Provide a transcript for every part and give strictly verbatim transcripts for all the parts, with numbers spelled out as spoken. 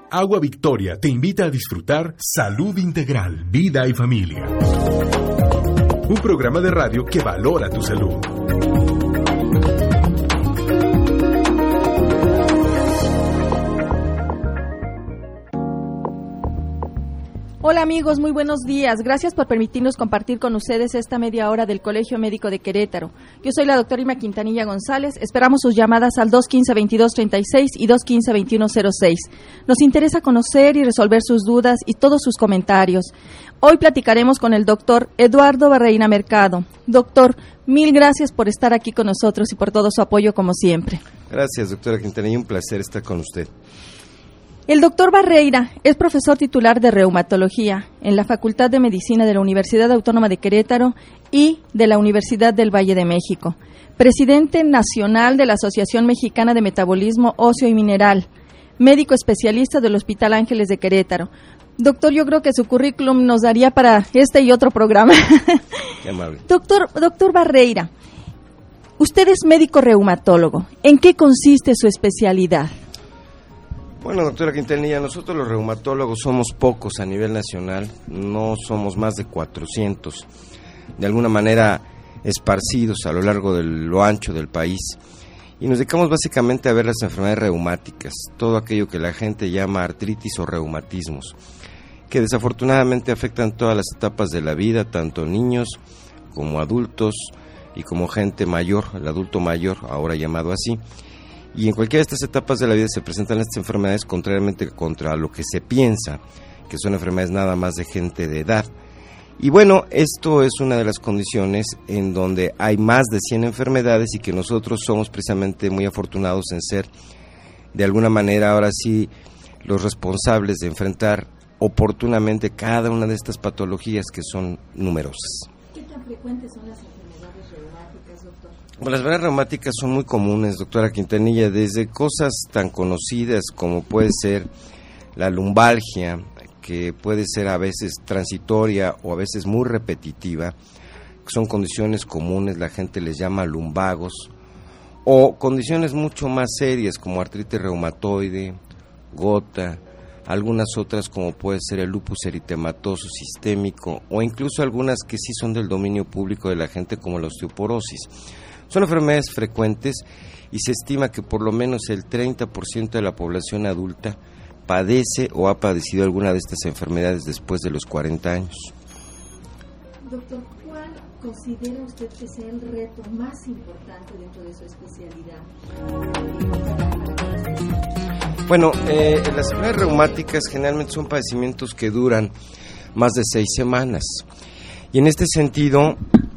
Agua Victoria te invita a disfrutar Salud Integral, Vida y Familia. Un programa de radio que valora tu salud. Hola amigos, muy buenos días. Gracias por permitirnos compartir con ustedes esta media hora del Colegio Médico de Querétaro. Yo soy la doctora Irma Quintanilla González. Esperamos sus llamadas al dos uno cinco, veintidós treinta y seis y dos uno cinco, veintiuno cero seis. Nos interesa conocer y resolver sus dudas y todos sus comentarios. Hoy platicaremos con el doctor Eduardo Barreira Mercado. Doctor, mil gracias por estar aquí con nosotros y por todo su apoyo como siempre. Gracias, doctora Quintanilla. Un placer estar con usted. El doctor Barreira es profesor titular de reumatología en la Facultad de Medicina de la Universidad Autónoma de Querétaro y de la Universidad del Valle de México, presidente nacional de la Asociación Mexicana de Metabolismo Óseo y Mineral, médico especialista del Hospital Ángeles de Querétaro. Doctor, yo creo que su currículum nos daría para este y otro programa. Qué amable. Doctor, doctor Barreira, usted es médico reumatólogo. ¿En qué consiste su especialidad? Bueno, doctora Quintanilla, nosotros los reumatólogos somos pocos a nivel nacional, no somos más de cuatrocientos, de alguna manera esparcidos a lo largo de lo ancho del país, y nos dedicamos básicamente a ver las enfermedades reumáticas, todo aquello que la gente llama artritis o reumatismos, que desafortunadamente afectan todas las etapas de la vida, tanto niños como adultos y como gente mayor, el adulto mayor, ahora llamado así. Y en cualquiera de estas etapas de la vida se presentan estas enfermedades contrariamente contra lo que se piensa, que son enfermedades nada más de gente de edad. Y bueno, esto es una de las condiciones en donde hay más de cien enfermedades y que nosotros somos precisamente muy afortunados en ser, de alguna manera, ahora sí, los responsables de enfrentar oportunamente cada una de estas patologías que son numerosas. ¿Qué tan frecuentes son las enfermedades reumáticas, doctor? Bueno, las enfermedades reumáticas son muy comunes, doctora Quintanilla, desde cosas tan conocidas como puede ser la lumbalgia, que puede ser a veces transitoria o a veces muy repetitiva, que son condiciones comunes, la gente les llama lumbagos, o condiciones mucho más serias como artritis reumatoide, gota, algunas otras como puede ser el lupus eritematoso sistémico, o incluso algunas que sí son del dominio público de la gente como la osteoporosis. Son enfermedades frecuentes y se estima que por lo menos el treinta por ciento de la población adulta padece o ha padecido alguna de estas enfermedades después de los cuarenta años. Doctor, ¿cuál considera usted que sea el reto más importante dentro de su especialidad? Bueno, eh, las enfermedades reumáticas generalmente son padecimientos que duran más de seis semanas. Y en este sentido,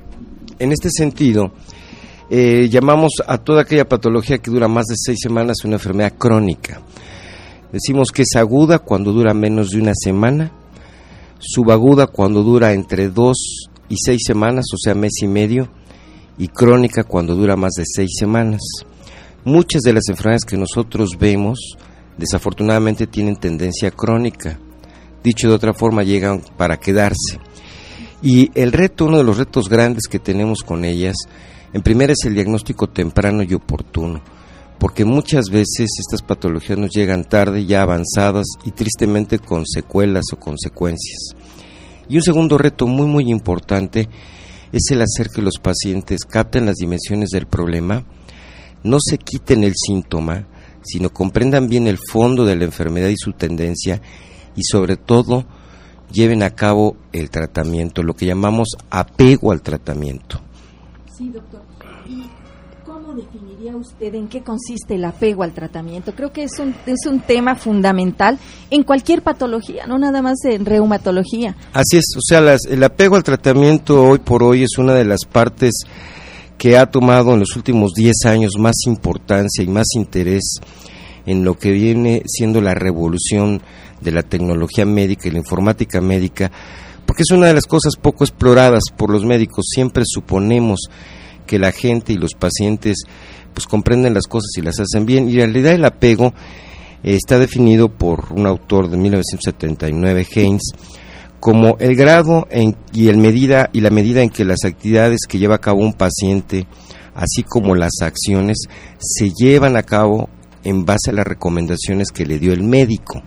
en este sentido, Eh, llamamos a toda aquella patología que dura más de seis semanas una enfermedad crónica. Decimos que es aguda cuando dura menos de una semana, subaguda cuando dura entre dos y seis semanas, o sea, mes y medio, y crónica cuando dura más de seis semanas. Muchas de las enfermedades que nosotros vemos, desafortunadamente, tienen tendencia crónica. Dicho de otra forma, llegan para quedarse. Y el reto, uno de los retos grandes que tenemos con ellas, en primer es el diagnóstico temprano y oportuno, porque muchas veces estas patologías nos llegan tarde, ya avanzadas y tristemente con secuelas o consecuencias. Y un segundo reto muy muy importante es el hacer que los pacientes capten las dimensiones del problema, no se quiten el síntoma, sino comprendan bien el fondo de la enfermedad y su tendencia, y sobre todo lleven a cabo el tratamiento, lo que llamamos apego al tratamiento. Sí, doctor. ¿Y cómo definiría usted en qué consiste el apego al tratamiento? Creo que es un es un tema fundamental en cualquier patología, no nada más en reumatología. Así es, o sea, las, el apego al tratamiento hoy por hoy es una de las partes que ha tomado en los últimos diez años más importancia y más interés en lo que viene siendo la revolución de la tecnología médica y la informática médica, porque es una de las cosas poco exploradas por los médicos. Siempre suponemos que la gente y los pacientes pues comprenden las cosas y las hacen bien, y en realidad el apego eh, está definido por un autor de mil novecientos setenta y nueve, Haynes, como el grado en, y el medida y la medida en que las actividades que lleva a cabo un paciente, así como las acciones, se llevan a cabo en base a las recomendaciones que le dio el médico.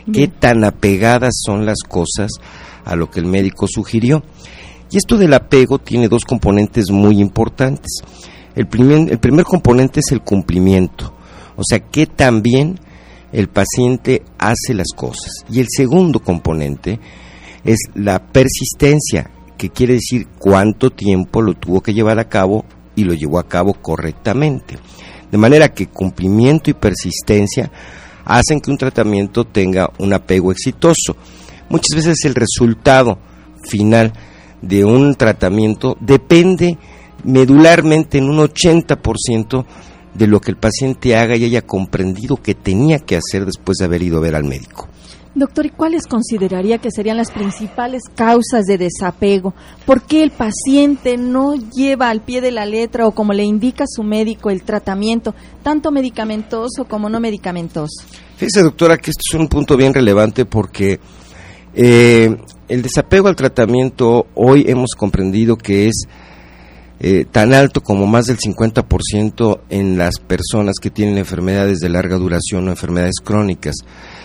qué tan apegadas son las cosas a lo que el médico sugirió. Y esto del apego tiene dos componentes muy importantes. El primer, el primer componente es el cumplimiento, o sea, qué tan bien el paciente hace las cosas. Y el segundo componente es la persistencia, que quiere decir cuánto tiempo lo tuvo que llevar a cabo y lo llevó a cabo correctamente. De manera que cumplimiento y persistencia hacen que un tratamiento tenga un apego exitoso. Muchas veces el resultado final de un tratamiento depende medularmente en un ochenta por ciento de lo que el paciente haga y haya comprendido que tenía que hacer después de haber ido a ver al médico. Doctor, ¿y cuáles consideraría que serían las principales causas de desapego? ¿Por qué el paciente no lleva al pie de la letra o como le indica su médico el tratamiento, tanto medicamentoso como no medicamentoso? Fíjese, doctora, que esto es un punto bien relevante porque eh, el desapego al tratamiento hoy hemos comprendido que es eh, tan alto como más del cincuenta por ciento en las personas que tienen enfermedades de larga duración o enfermedades crónicas.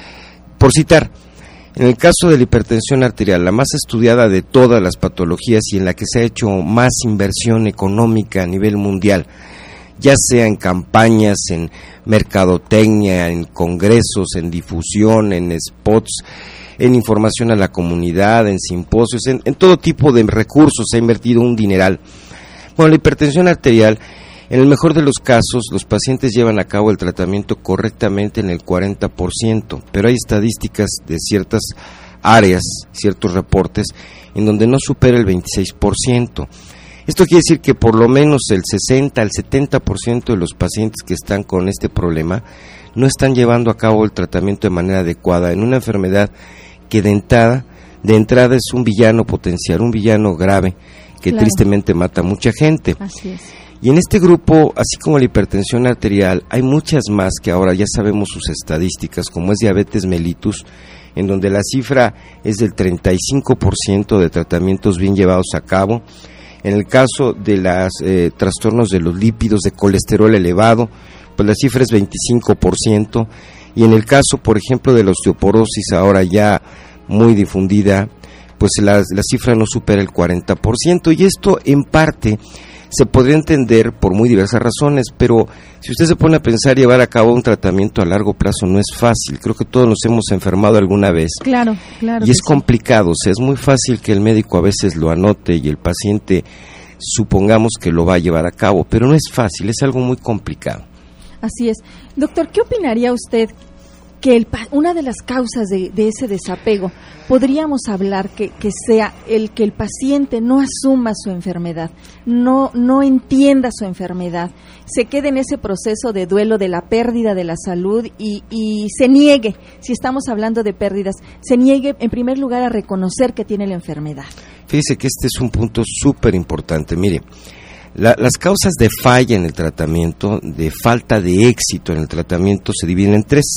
Por citar, en el caso de la hipertensión arterial, la más estudiada de todas las patologías y en la que se ha hecho más inversión económica a nivel mundial, ya sea en campañas, en mercadotecnia, en congresos, en difusión, en spots, en información a la comunidad, en simposios, en, en todo tipo de recursos se ha invertido un dineral. Bueno, la hipertensión arterial, en el mejor de los casos, los pacientes llevan a cabo el tratamiento correctamente en el cuarenta por ciento, pero hay estadísticas de ciertas áreas, ciertos reportes, en donde no supera el veintiséis por ciento. Esto quiere decir que por lo menos el sesenta al setenta por ciento de los pacientes que están con este problema no están llevando a cabo el tratamiento de manera adecuada en una enfermedad que de entrada, de entrada es un villano potencial, un villano grave que claro, tristemente mata a mucha gente. Así es. Y en este grupo, así como la hipertensión arterial, hay muchas más que ahora ya sabemos sus estadísticas, como es diabetes mellitus, en donde la cifra es del treinta y cinco por ciento de tratamientos bien llevados a cabo. En el caso de los eh, trastornos de los lípidos, de colesterol elevado, pues la cifra es veinticinco por ciento. Y en el caso, por ejemplo, de la osteoporosis, ahora ya muy difundida, pues la, la cifra no supera el cuarenta por ciento. Y esto, en parte, se podría entender por muy diversas razones, pero si usted se pone a pensar, llevar a cabo un tratamiento a largo plazo no es fácil. Creo que todos nos hemos enfermado alguna vez. Claro, claro. Y es complicado, o sea, es muy fácil que el médico a veces lo anote y el paciente supongamos que lo va a llevar a cabo, pero no es fácil, es algo muy complicado. Así es. Doctor, ¿qué opinaría usted que el, una de las causas de, de ese desapego, podríamos hablar que, que sea el que el paciente no asuma su enfermedad, no, no entienda su enfermedad, se quede en ese proceso de duelo de la pérdida de la salud y, y se niegue, si estamos hablando de pérdidas, se niegue en primer lugar a reconocer que tiene la enfermedad? Fíjese que este es un punto súper importante. Mire, la, las causas de falla en el tratamiento, de falta de éxito en el tratamiento, se dividen en tres: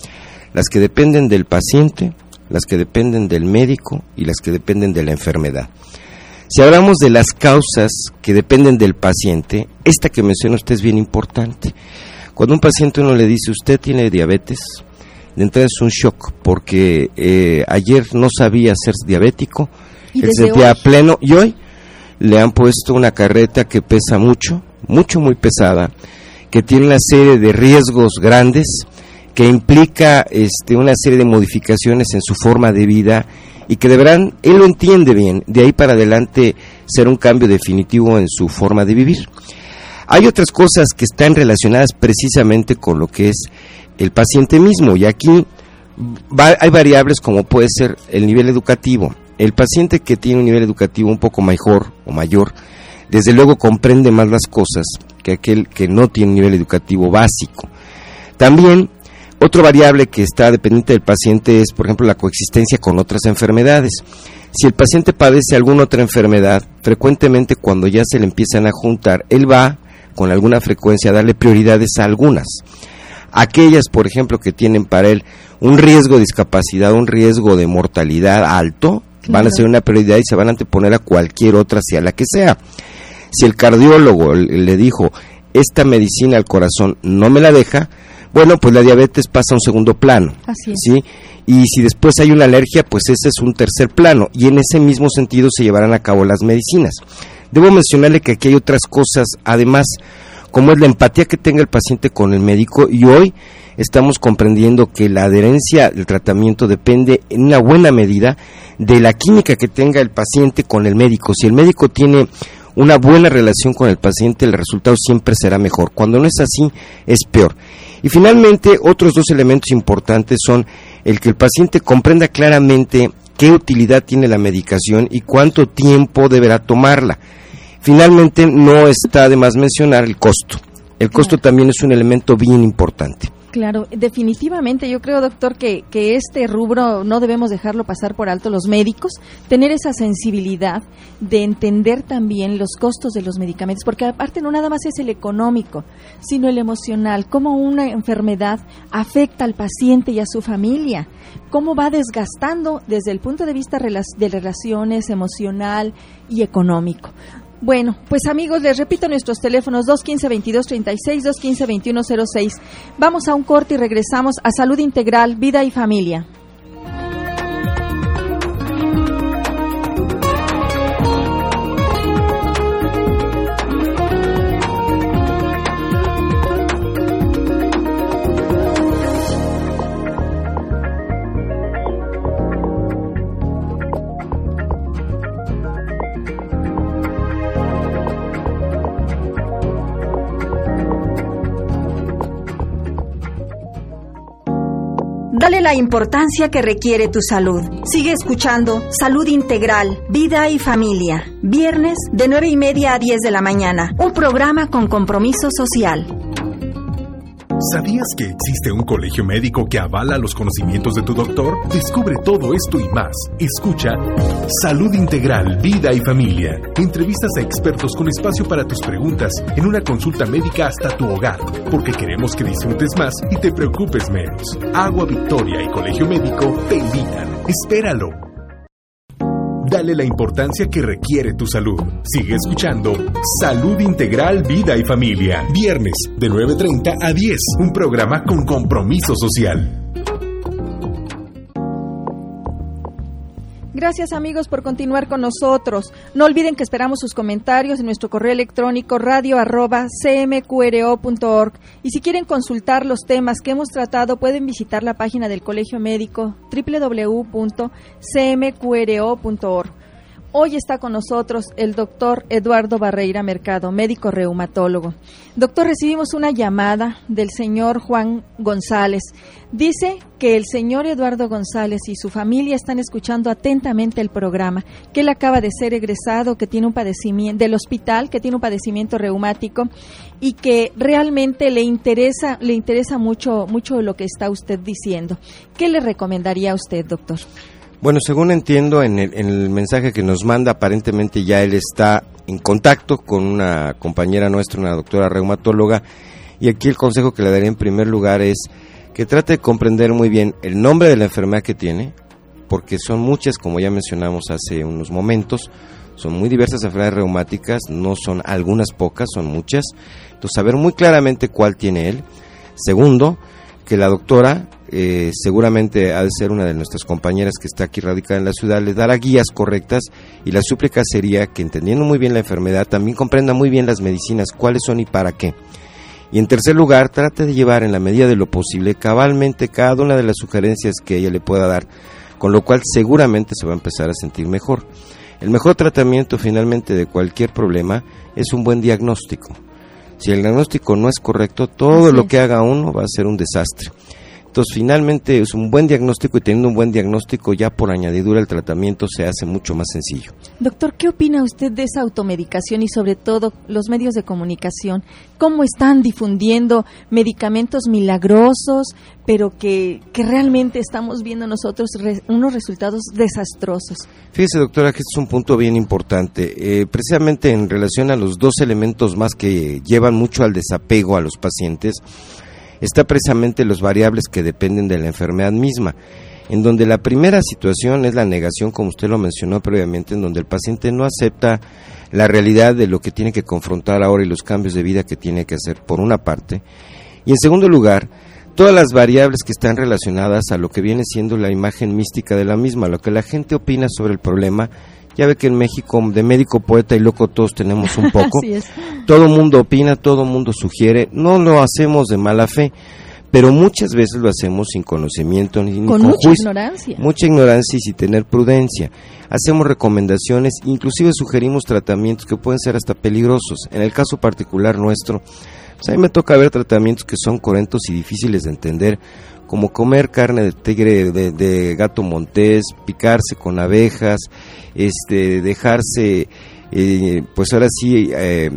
las que dependen del paciente, las que dependen del médico y las que dependen de la enfermedad. Si hablamos de las causas que dependen del paciente, esta que menciona usted es bien importante. Cuando un paciente uno le dice, usted tiene diabetes, de entrada es un shock, porque eh, ayer no sabía ser diabético, él se sentía hoy? pleno, y hoy le han puesto una carreta que pesa mucho, mucho, muy pesada, que tiene una serie de riesgos grandes, que implica este, una serie de modificaciones en su forma de vida y que deberán, él lo entiende bien, de ahí para adelante ser un cambio definitivo en su forma de vivir. Hay otras cosas que están relacionadas precisamente con lo que es el paciente mismo, y aquí va, hay variables como puede ser el nivel educativo. El paciente que tiene un nivel educativo un poco mejor o mayor, desde luego comprende más las cosas que aquel que no tiene un nivel educativo básico. También otro variable que está dependiente del paciente es, por ejemplo, la coexistencia con otras enfermedades. Si el paciente padece alguna otra enfermedad, frecuentemente cuando ya se le empiezan a juntar, él va con alguna frecuencia a darle prioridades a algunas. Aquellas, por ejemplo, que tienen para él un riesgo de discapacidad, un riesgo de mortalidad alto, claro, van a ser una prioridad y se van a anteponer a cualquier otra, sea la que sea. Si el cardiólogo le dijo, esta medicina al corazón no me la deja, bueno, pues la diabetes pasa a un segundo plano. Así es. ¿Sí? Y si después hay una alergia, pues ese es un tercer plano, y en ese mismo sentido se llevarán a cabo las medicinas. Debo mencionarle que aquí hay otras cosas, además, como es la empatía que tenga el paciente con el médico, y hoy estamos comprendiendo que la adherencia del tratamiento depende en una buena medida de la química que tenga el paciente con el médico. Si el médico tiene una buena relación con el paciente, el resultado siempre será mejor. Cuando no es así, es peor. Y finalmente, otros dos elementos importantes son el que el paciente comprenda claramente qué utilidad tiene la medicación y cuánto tiempo deberá tomarla. Finalmente, no está de más mencionar el costo. El costo también es un elemento bien importante. Claro, definitivamente yo creo, doctor, que, que este rubro no debemos dejarlo pasar por alto los médicos, tener esa sensibilidad de entender también los costos de los medicamentos, porque aparte no nada más es el económico, sino el emocional, cómo una enfermedad afecta al paciente y a su familia, cómo va desgastando desde el punto de vista de relaciones emocional y económico. Bueno, pues amigos, les repito nuestros teléfonos dos uno cinco, veintidós treinta y seis, dos uno cinco, veintiuno cero seis. Vamos a un corte y regresamos a Salud Integral, Vida y Familia. Dale la importancia que requiere tu salud. Sigue escuchando Salud Integral, Vida y Familia. Viernes de nueve y media a diez de la mañana. Un programa con compromiso social. ¿Sabías que existe un colegio médico que avala los conocimientos de tu doctor? Descubre todo esto y más. Escucha Salud Integral, Vida y Familia. Entrevistas a expertos con espacio para tus preguntas en una consulta médica hasta tu hogar, porque queremos que disfrutes más y te preocupes menos. Agua Victoria y Colegio Médico te invitan. Espéralo. Dale la importancia que requiere tu salud. Sigue escuchando Salud Integral, Vida y Familia. Viernes de nueve treinta a diez. Un programa con compromiso social. Gracias amigos por continuar con nosotros. No olviden que esperamos sus comentarios en nuestro correo electrónico radio arroba c m q r o punto org. Y si quieren consultar los temas que hemos tratado, pueden visitar la página del Colegio Médico doble u doble u doble u punto c m q r o punto org. Hoy está con nosotros el doctor Eduardo Barreira Mercado, médico reumatólogo. Doctor, recibimos una llamada del señor Juan González. Dice que el señor Eduardo González y su familia están escuchando atentamente el programa, que él acaba de ser egresado, que tiene un padecimiento del hospital, que tiene un padecimiento reumático y que realmente le interesa, le interesa mucho, mucho lo que está usted diciendo. ¿Qué le recomendaría a usted, doctor? Bueno, según entiendo en el, en el mensaje que nos manda, aparentemente ya él está en contacto con una compañera nuestra, una doctora reumatóloga, y aquí el consejo que le daría en primer lugar es que trate de comprender muy bien el nombre de la enfermedad que tiene, porque son muchas, como ya mencionamos hace unos momentos, son muy diversas enfermedades reumáticas, no son algunas pocas, son muchas, entonces saber muy claramente cuál tiene él. Segundo, que la doctora, eh, seguramente ha de ser una de nuestras compañeras que está aquí radicada en la ciudad, le dará guías correctas, y la súplica sería que, entendiendo muy bien la enfermedad, también comprenda muy bien las medicinas, cuáles son y para qué. Y en tercer lugar, trate de llevar en la medida de lo posible cabalmente cada una de las sugerencias que ella le pueda dar, con lo cual seguramente se va a empezar a sentir mejor. El mejor tratamiento finalmente de cualquier problema es un buen diagnóstico. Si el diagnóstico no es correcto, todo lo que haga uno va a ser un desastre. Entonces, finalmente, es un buen diagnóstico, y teniendo un buen diagnóstico, ya por añadidura el tratamiento se hace mucho más sencillo. Doctor, ¿qué opina usted de esa automedicación y sobre todo los medios de comunicación? ¿Cómo están difundiendo medicamentos milagrosos, pero que, que realmente estamos viendo nosotros re, unos resultados desastrosos? Fíjese, doctora, que este es un punto bien importante. Eh, precisamente en relación a los dos elementos más que llevan mucho al desapego a los pacientes, está precisamente los variables que dependen de la enfermedad misma, en donde la primera situación es la negación, como usted lo mencionó previamente, en donde el paciente no acepta la realidad de lo que tiene que confrontar ahora y los cambios de vida que tiene que hacer, por una parte, y en segundo lugar, todas las variables que están relacionadas a lo que viene siendo la imagen mística de la misma, lo que la gente opina sobre el problema. Ya ve que en México, de médico, poeta y loco, todos tenemos un poco. Así es. Todo mundo opina, todo mundo sugiere, no lo hacemos de mala fe, pero muchas veces lo hacemos sin conocimiento ni con, con mucha juicio, ignorancia. Mucha ignorancia y sin tener prudencia. Hacemos recomendaciones, inclusive sugerimos tratamientos que pueden ser hasta peligrosos. En el caso particular nuestro, pues a mí me toca ver tratamientos que son cruentos y difíciles de entender, como comer carne de tigre, de, de gato montés, picarse con abejas, este, dejarse, eh, pues ahora sí, eh,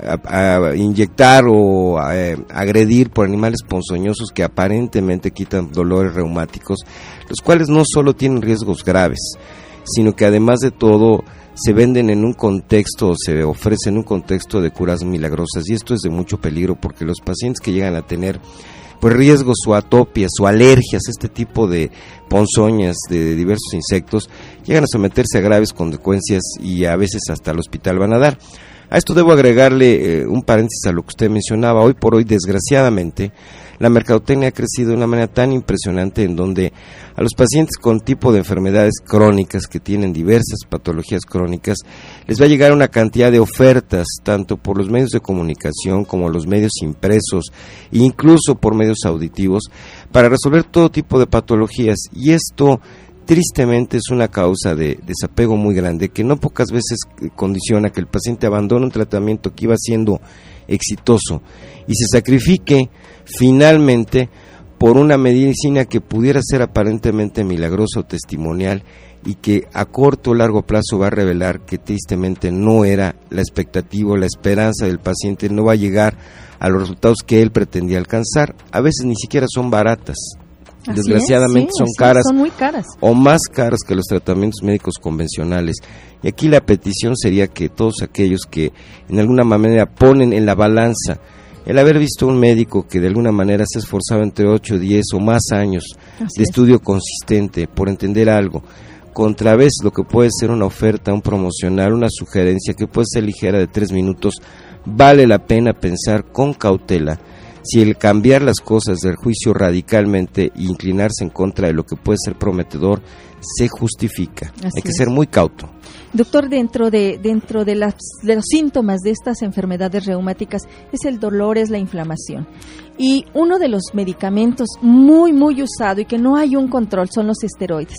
a, a inyectar o a, a agredir por animales ponzoñosos que aparentemente quitan dolores reumáticos, los cuales no solo tienen riesgos graves, sino que además de todo se venden en un contexto, se ofrecen en un contexto de curas milagrosas, y esto es de mucho peligro porque los pacientes que llegan a tener pues riesgos o atopias o alergias a este tipo de ponzoñas de diversos insectos, llegan a someterse a graves consecuencias y a veces hasta al hospital van a dar. A esto debo agregarle eh, un paréntesis a lo que usted mencionaba. Hoy por hoy, desgraciadamente, la mercadotecnia ha crecido de una manera tan impresionante en donde a los pacientes con tipo de enfermedades crónicas que tienen diversas patologías crónicas les va a llegar una cantidad de ofertas tanto por los medios de comunicación como los medios impresos e incluso por medios auditivos para resolver todo tipo de patologías, y esto tristemente es una causa de desapego muy grande que no pocas veces condiciona que el paciente abandone un tratamiento que iba siendo exitoso y se sacrifique finalmente por una medicina que pudiera ser aparentemente milagrosa o testimonial y que a corto o largo plazo va a revelar que tristemente no era la expectativa o la esperanza del paciente, no va a llegar a los resultados que él pretendía alcanzar. A veces ni siquiera son baratas. Así Desgraciadamente es, sí, son sí, caras, son muy caras o más caras que los tratamientos médicos convencionales. Y aquí la petición sería que todos aquellos que en alguna manera ponen en la balanza el haber visto un médico que de alguna manera se ha esforzado entre ocho, diez o más años Así de es. estudio consistente por entender algo, contra vez lo que puede ser una oferta, un promocional, una sugerencia que puede ser ligera de tres minutos, vale la pena pensar con cautela si el cambiar las cosas del juicio radicalmente e inclinarse en contra de lo que puede ser prometedor se justifica. Así Hay que es. ser muy cauto. Doctor, dentro de dentro de, las, de los síntomas de estas enfermedades reumáticas es el dolor, es la inflamación. Y uno de los medicamentos muy, muy usado y que no hay un control son los esteroides.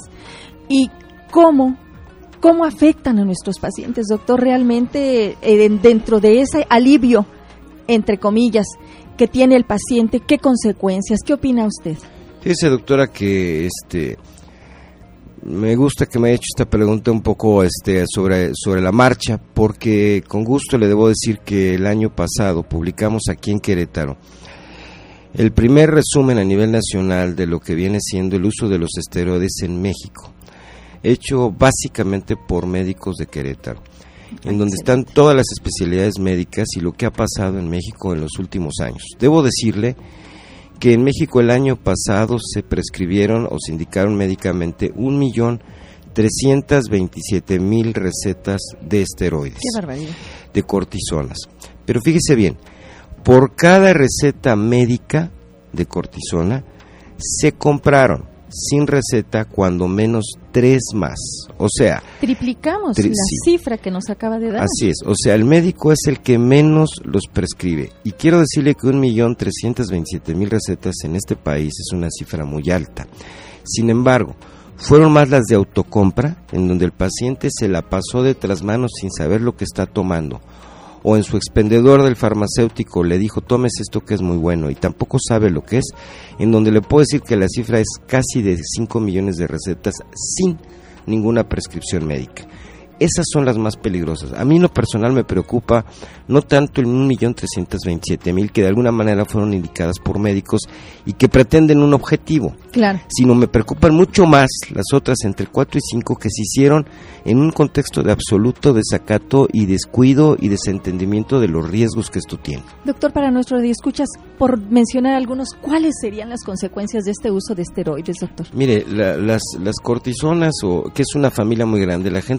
¿Y cómo, cómo afectan a nuestros pacientes, doctor? Realmente, eh, dentro de ese alivio, entre comillas, que tiene el paciente, ¿qué consecuencias? ¿Qué opina usted? Fíjese, doctora, que este... me gusta que me haya hecho esta pregunta un poco este, sobre, sobre la marcha, porque con gusto le debo decir que el año pasado publicamos aquí en Querétaro el primer resumen a nivel nacional de lo que viene siendo el uso de los esteroides en México, hecho básicamente por médicos de Querétaro, en donde están todas las especialidades médicas y lo que ha pasado en México en los últimos años. Debo decirle que en México el año pasado se prescribieron o se indicaron médicamente un millón trescientos veintisiete mil recetas de esteroides, Qué barbaridad. de cortisonas. Pero fíjese bien, por cada receta médica de cortisona se compraron sin receta cuando menos tres más. O sea, Triplicamos Tri- la sí. cifra que nos acaba de dar. así es, o sea, el médico es el que menos los prescribe. Y quiero decirle que un millón trescientos veintisiete mil recetas en este país es una cifra muy alta. Sin embargo, fueron más las de autocompra, en donde el paciente se la pasó de tras manos sin saber lo que está tomando, o en su expendedor del farmacéutico le dijo, tomes esto que es muy bueno, y tampoco sabe lo que es, en donde le puedo decir que la cifra es casi de cinco millones de recetas sin ninguna prescripción médica. Esas son las más peligrosas. A mí en lo personal me preocupa no tanto el un millón trescientos veintisiete mil que de alguna manera fueron indicadas por médicos y que pretenden un objetivo, Claro. sino me preocupan mucho más las otras entre cuatro y cinco que se hicieron en un contexto de absoluto desacato y descuido y desentendimiento de los riesgos que esto tiene. Doctor, para nuestro radioescuchas, por mencionar algunos, ¿cuáles serían las consecuencias de este uso de esteroides, doctor? Mire, la, las, las cortisonas, o que es una familia muy grande, la gente se refiere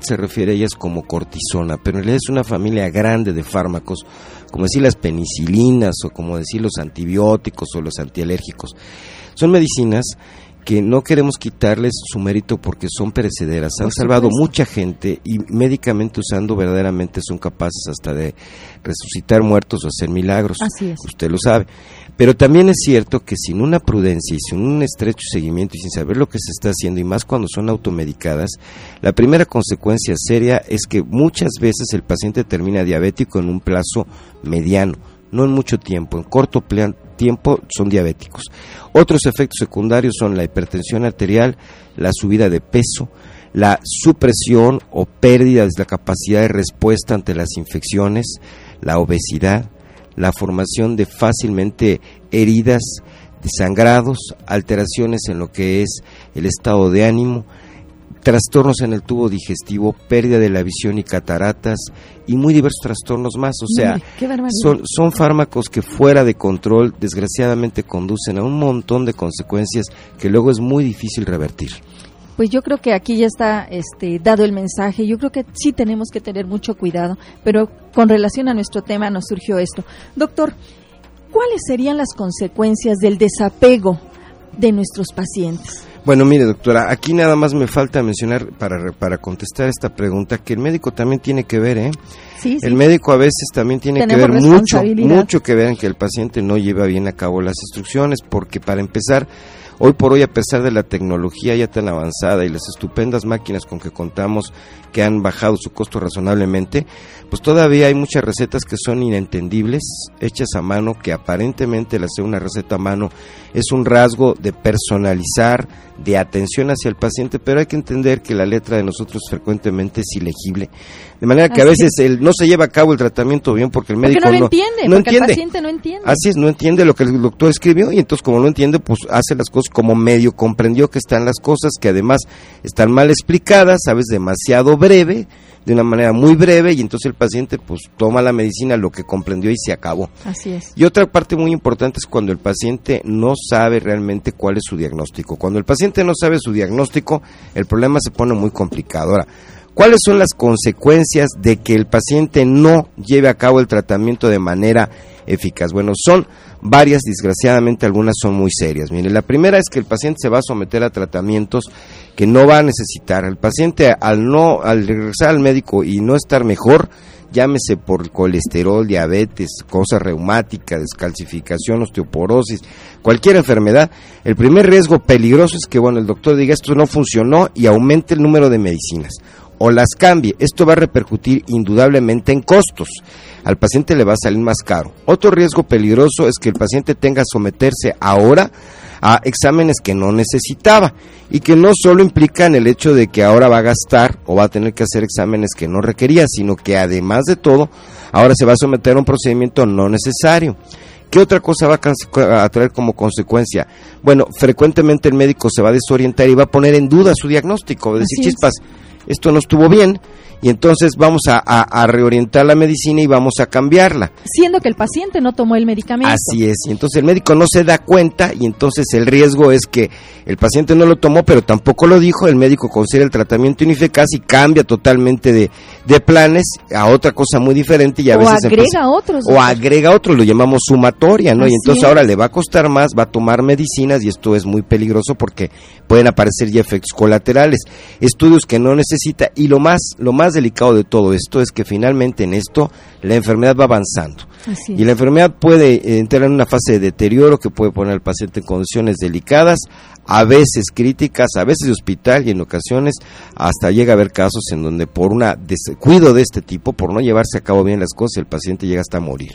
a ellas como cortisona, pero en realidad es una familia grande de fármacos, como decir las penicilinas o como decir los antibióticos o los antialérgicos. Son medicinas que no queremos quitarles su mérito porque son perecederas, han salvado mucha gente y médicamente usando verdaderamente son capaces hasta de resucitar muertos o hacer milagros. Así es. Usted lo sabe. Pero también es cierto que sin una prudencia y sin un estrecho seguimiento y sin saber lo que se está haciendo, y más cuando son automedicadas, la primera consecuencia seria es que muchas veces el paciente termina diabético en un plazo mediano, no en mucho tiempo, en corto plan, tiempo son diabéticos. Otros efectos secundarios son la hipertensión arterial, la subida de peso, la supresión o pérdida de la capacidad de respuesta ante las infecciones, la obesidad, la formación de fácilmente heridas, desangrados, alteraciones en lo que es el estado de ánimo, trastornos en el tubo digestivo, pérdida de la visión y cataratas y muy diversos trastornos más. O sea, son, son fármacos que fuera de control desgraciadamente conducen a un montón de consecuencias que luego es muy difícil revertir. Pues yo creo que aquí ya está este, dado el mensaje. Yo creo que sí tenemos que tener mucho cuidado, pero con relación a nuestro tema nos surgió esto. Doctor, ¿cuáles serían las consecuencias del desapego de nuestros pacientes? Bueno, mire, doctora, aquí nada más me falta mencionar para para contestar esta pregunta que el médico también tiene que ver, ¿eh? Sí, sí. El médico a veces también tiene Tenemos que ver mucho, mucho que ver en que el paciente no lleva bien a cabo las instrucciones, porque para empezar, hoy por hoy, a pesar de la tecnología ya tan avanzada y las estupendas máquinas con que contamos que han bajado su costo razonablemente, pues todavía hay muchas recetas que son inentendibles, hechas a mano, que aparentemente el hacer una receta a mano es un rasgo de personalizar, de atención hacia el paciente, pero hay que entender que la letra de nosotros frecuentemente es ilegible, de manera que Así a veces el, no se lleva a cabo el tratamiento bien porque el porque médico no lo no entiende, no porque entiende. el paciente no entiende. Así es, no entiende lo que el doctor escribió y entonces como no entiende, pues hace las cosas como medio comprendió que están las cosas, que además están mal explicadas, a veces demasiado breve, de una manera muy breve, y entonces el paciente pues toma la medicina, lo que comprendió y se acabó. Así es. Y otra parte muy importante es cuando el paciente no sabe realmente cuál es su diagnóstico. Cuando el paciente no sabe su diagnóstico, el problema se pone muy complicado. Ahora, ¿cuáles son las consecuencias de que el paciente no lleve a cabo el tratamiento de manera eficaz? Bueno, son varias, desgraciadamente algunas son muy serias. Mire, la primera es que el paciente se va a someter a tratamientos que no va a necesitar. El paciente al no al regresar al médico y no estar mejor, llámese por colesterol, diabetes, cosas reumáticas, descalcificación, osteoporosis, cualquier enfermedad, el primer riesgo peligroso es que, bueno, el doctor diga esto no funcionó y aumente el número de medicinas o las cambie. Esto va a repercutir indudablemente en costos. Al paciente le va a salir más caro. Otro riesgo peligroso es que el paciente tenga que someterse ahora a exámenes que no necesitaba y que no solo implican el hecho de que ahora va a gastar o va a tener que hacer exámenes que no requería, sino que además de todo, ahora se va a someter a un procedimiento no necesario. ¿Qué otra cosa va a traer como consecuencia? Bueno, frecuentemente el médico se va a desorientar y va a poner en duda su diagnóstico, va a decir, Así es. chispas, esto no estuvo bien, y entonces vamos a, a, a reorientar la medicina y vamos a cambiarla. Siendo que el paciente no tomó el medicamento. Así es, y entonces el médico no se da cuenta y entonces el riesgo es que el paciente no lo tomó, pero tampoco lo dijo, el médico considera el tratamiento ineficaz y cambia totalmente de, de planes a otra cosa muy diferente y a o veces agrega empieza, otros. o agrega otros, lo llamamos sumatoria, ¿no? Así y entonces es. ahora le va a costar más, va a tomar medicinas y esto es muy peligroso porque pueden aparecer ya efectos colaterales, estudios que no necesita y lo más, lo más delicado de todo esto es que finalmente en esto la enfermedad va avanzando. Así Y la enfermedad puede entrar en una fase de deterioro que puede poner al paciente en condiciones delicadas, a veces críticas, a veces de hospital y en ocasiones hasta llega a haber casos en donde por un descuido de este tipo, por no llevarse a cabo bien las cosas, el paciente llega hasta morir.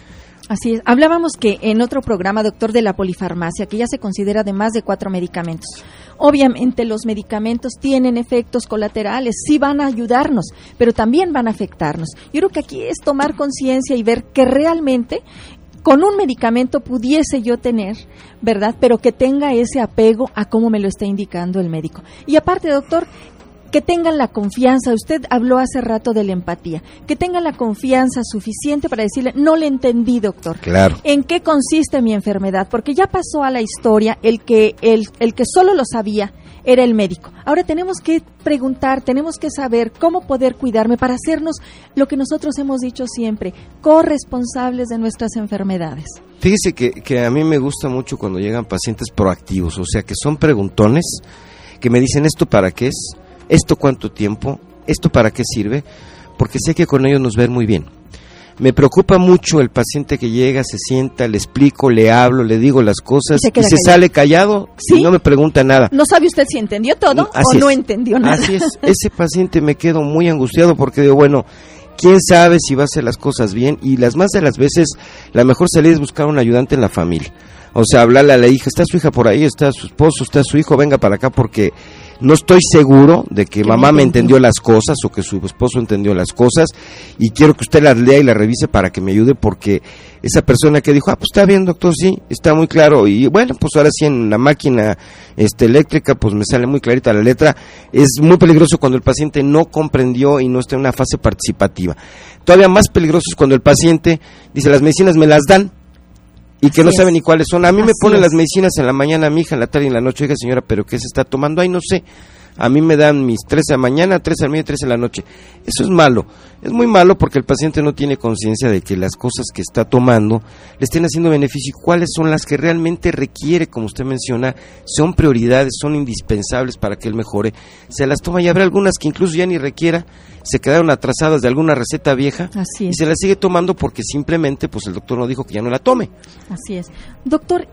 Así es. Hablábamos que en otro programa, doctor, de la polifarmacia, que ya se considera de más de cuatro medicamentos. Obviamente los medicamentos tienen efectos colaterales, sí van a ayudarnos, pero también van a afectarnos. Yo creo que aquí es tomar conciencia y ver que realmente con un medicamento pudiese yo tener, ¿verdad? Pero que tenga ese apego a cómo me lo está indicando el médico. Y aparte, doctor, que tengan la confianza, usted habló hace rato de la empatía, que tengan la confianza suficiente para decirle, no le entendí, doctor. Claro. ¿En qué consiste mi enfermedad? Porque ya pasó a la historia el que el, el que solo lo sabía era el médico. Ahora tenemos que preguntar, tenemos que saber cómo poder cuidarme para hacernos lo que nosotros hemos dicho siempre, corresponsables de nuestras enfermedades. Fíjese que, que a mí me gusta mucho cuando llegan pacientes proactivos, o sea, que son preguntones, que me dicen esto para qué es, esto cuánto tiempo, esto para qué sirve, porque sé que con ellos nos ven muy bien. Me preocupa mucho el paciente que llega, se sienta, le explico, le hablo, le digo las cosas y se, y se sale callado, ¿sí? Y no me pregunta nada. ¿No sabe usted si entendió todo Así o no es. entendió nada? Así es, ese paciente me quedo muy angustiado porque digo, bueno, quién sabe si va a hacer las cosas bien, y las más de las veces la mejor salida es buscar un ayudante en la familia. O sea, hablarle a la hija, está su hija por ahí, está su esposo, está su hijo, venga para acá, porque no estoy seguro de que mamá me entendió las cosas o que su esposo entendió las cosas, y quiero que usted las lea y las revise para que me ayude, porque esa persona que dijo, ah, pues está bien, doctor, sí, está muy claro, y bueno, pues ahora sí en la máquina este, eléctrica, pues me sale muy clarita la letra. Es muy peligroso cuando el paciente no comprendió y no está en una fase participativa. Todavía más peligroso es cuando el paciente dice, las medicinas me las dan, y que Así no saben ni cuáles son. A mí Así me ponen es. las medicinas en la mañana, mi hija en la tarde y en la noche. Oiga, señora, ¿pero qué se está tomando? Ay, no sé. A mí me dan mis tres de la mañana, tres al medio, tres en la noche. Eso es malo. Es muy malo porque el paciente no tiene conciencia de que las cosas que está tomando le estén haciendo beneficio, y cuáles son las que realmente requiere, como usted menciona, son prioridades, son indispensables para que él mejore. Se las toma, y habrá algunas que incluso ya ni requiera, se quedaron atrasadas de alguna receta vieja. Así es. Y se las sigue tomando porque simplemente pues el doctor no dijo que ya no la tome. Así es. Doctor,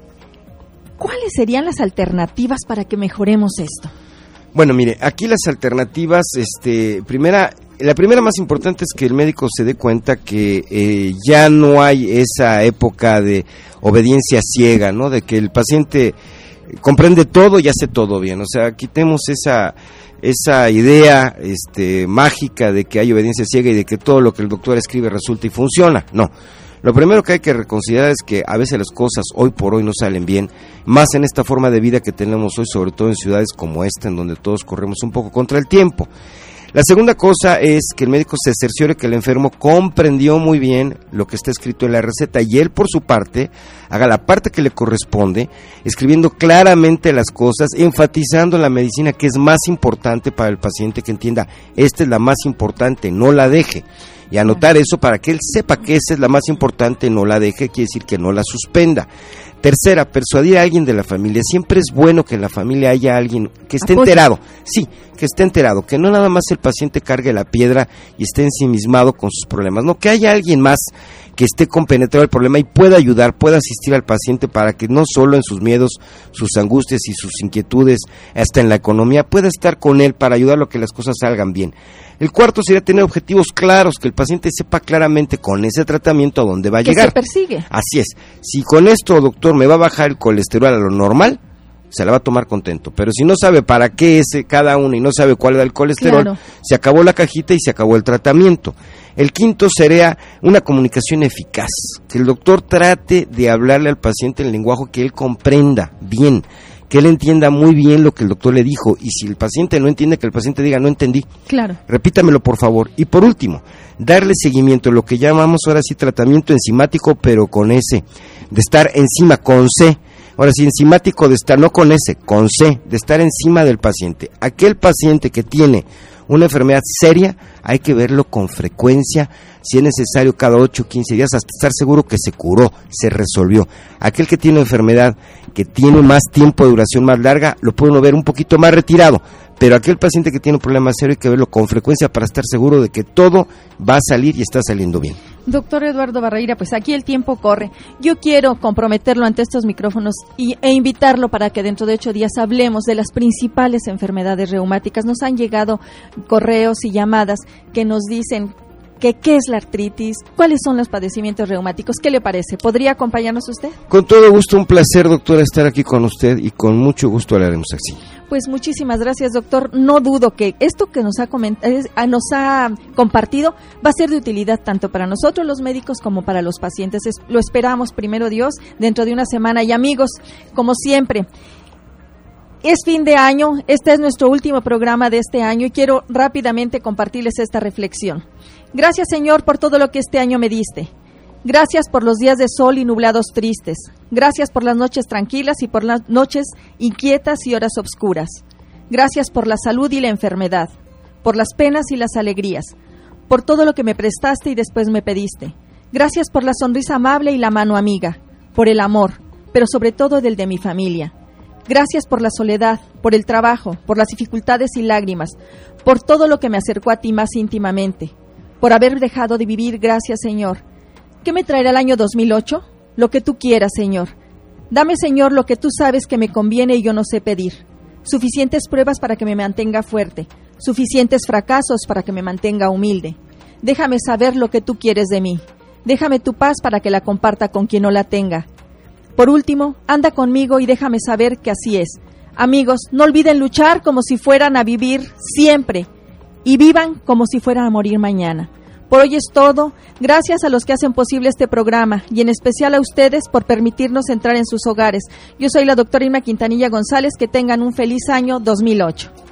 ¿cuáles serían las alternativas para que mejoremos esto? Bueno, mire, aquí las alternativas, este, primera, la primera más importante es que el médico se dé cuenta que eh, ya no hay esa época de obediencia ciega, ¿no? De que el paciente comprende todo y hace todo bien. O sea, quitemos esa esa idea este, mágica de que hay obediencia ciega y de que todo lo que el doctor escribe resulta y funciona. No. Lo primero que hay que reconsiderar es que a veces las cosas hoy por hoy no salen bien, más en esta forma de vida que tenemos hoy, sobre todo en ciudades como esta, en donde todos corremos un poco contra el tiempo. La segunda cosa es que el médico se cerciore que el enfermo comprendió muy bien lo que está escrito en la receta, y él por su parte haga la parte que le corresponde, escribiendo claramente las cosas, enfatizando la medicina que es más importante para el paciente, que entienda, esta es la más importante, no la deje. Y anotar eso para que él sepa que esa es la más importante, no la deje, quiere decir que no la suspenda. Tercera, persuadir a alguien de la familia. Siempre es bueno que en la familia haya alguien que esté Apoyo. enterado, sí, que esté enterado, que no nada más el paciente cargue la piedra y esté ensimismado con sus problemas, no, que haya alguien más que esté compenetrado al problema y pueda ayudar, pueda asistir al paciente para que no solo en sus miedos, sus angustias y sus inquietudes, hasta en la economía, pueda estar con él para ayudarlo a que las cosas salgan bien. El cuarto sería tener objetivos claros, que el paciente sepa claramente con ese tratamiento a dónde va a que llegar. Se persigue. Así es. Si con esto, doctor, me va a bajar el colesterol a lo normal, se la va a tomar contento. Pero si no sabe para qué es cada uno y no sabe cuál da el colesterol, claro, se acabó la cajita y se acabó el tratamiento. El quinto sería una comunicación eficaz, que el doctor trate de hablarle al paciente en el lenguaje que él comprenda bien, que él entienda muy bien lo que el doctor le dijo, y si el paciente no entiende, que el paciente diga, no entendí, claro, repítamelo por favor. Y por último, darle seguimiento, lo que llamamos ahora sí tratamiento enzimático, pero con S, de estar encima, con C. Ahora sí, enzimático de estar, no con S, con C, de estar encima del paciente. Aquel paciente que tiene una enfermedad seria, hay que verlo con frecuencia, si es necesario cada ocho o quince días, hasta estar seguro que se curó, se resolvió. Aquel que tiene una enfermedad que tiene más tiempo de duración más larga, lo puede uno ver un poquito más retirado, pero aquel paciente que tiene un problema serio hay que verlo con frecuencia para estar seguro de que todo va a salir y está saliendo bien. Doctor Eduardo Barreira, pues aquí el tiempo corre. Yo quiero comprometerlo ante estos micrófonos y, e invitarlo para que dentro de ocho días hablemos de las principales enfermedades reumáticas. Nos han llegado correos y llamadas que nos dicen que qué es la artritis, cuáles son los padecimientos reumáticos. ¿Qué le parece? ¿Podría acompañarnos usted? Con todo gusto, un placer, doctora, estar aquí con usted, y con mucho gusto hablaremos así. Pues muchísimas gracias, doctor. No dudo que esto que nos ha comentado, nos ha compartido va a ser de utilidad tanto para nosotros los médicos como para los pacientes. Es, lo esperamos, primero Dios, dentro de una semana. Y amigos, como siempre, es fin de año, este es nuestro último programa de este año y quiero rápidamente compartirles esta reflexión. Gracias, Señor, por todo lo que este año me diste. Gracias por los días de sol y nublados tristes. Gracias por las noches tranquilas y por las noches inquietas y horas obscuras. Gracias por la salud y la enfermedad, por las penas y las alegrías, por todo lo que me prestaste y después me pediste. Gracias por la sonrisa amable y la mano amiga, por el amor, pero sobre todo del de mi familia. Gracias por la soledad, por el trabajo, por las dificultades y lágrimas, por todo lo que me acercó a ti más íntimamente, por haber dejado de vivir. Gracias, Señor. ¿Qué me traerá el año dos mil ocho? Lo que tú quieras, Señor. Dame, Señor, lo que tú sabes que me conviene y yo no sé pedir. Suficientes pruebas para que me mantenga fuerte, suficientes fracasos para que me mantenga humilde. Déjame saber lo que tú quieres de mí. Déjame tu paz para que la comparta con quien no la tenga. Por último, anda conmigo y déjame saber que así es. Amigos, no olviden luchar como si fueran a vivir siempre y vivan como si fueran a morir mañana. Por hoy es todo. Gracias a los que hacen posible este programa y en especial a ustedes por permitirnos entrar en sus hogares. Yo soy la doctora Irma Quintanilla González. Que tengan un feliz año dos mil ocho.